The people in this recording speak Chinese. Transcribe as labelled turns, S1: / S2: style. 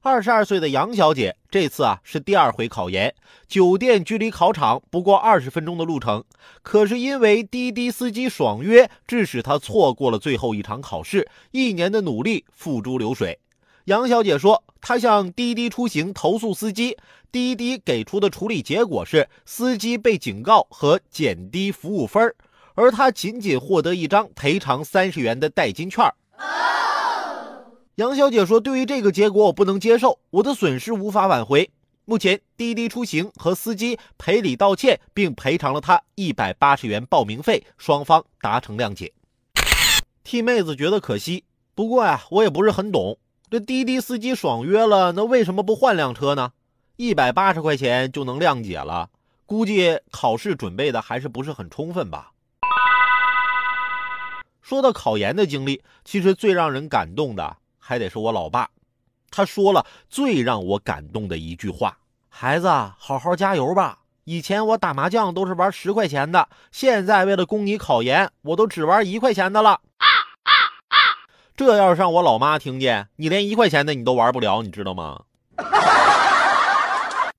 S1: 22岁的杨小姐这次是第2回考研，酒店距离考场不过20分钟的路程，可是因为滴滴司机爽约，致使她错过了最后一场考试，1年的努力付诸流水。杨小姐说，她向滴滴出行投诉司机，滴滴给出的处理结果是司机被警告和减低服务分，而她仅仅获得一张赔偿30元的代金券。杨小姐说，对于这个结果我不能接受，我的损失无法挽回。目前滴滴出行和司机赔礼道歉，并赔偿了她180元报名费，双方达成谅解。替妹子觉得可惜，不过我也不是很懂，这滴滴司机爽约了，那为什么不换辆车呢？180块钱就能谅解了，估计考试准备的还是不是很充分吧。说到考研的经历，其实最让人感动的还得是我老爸，他说了最让我感动的一句话：孩子，好好加油吧，以前我打麻将都是玩10块钱的，现在为了供你考研，我都只玩1块钱的了。这要是让我老妈听见，你连1块钱的你都玩不了，你知道吗？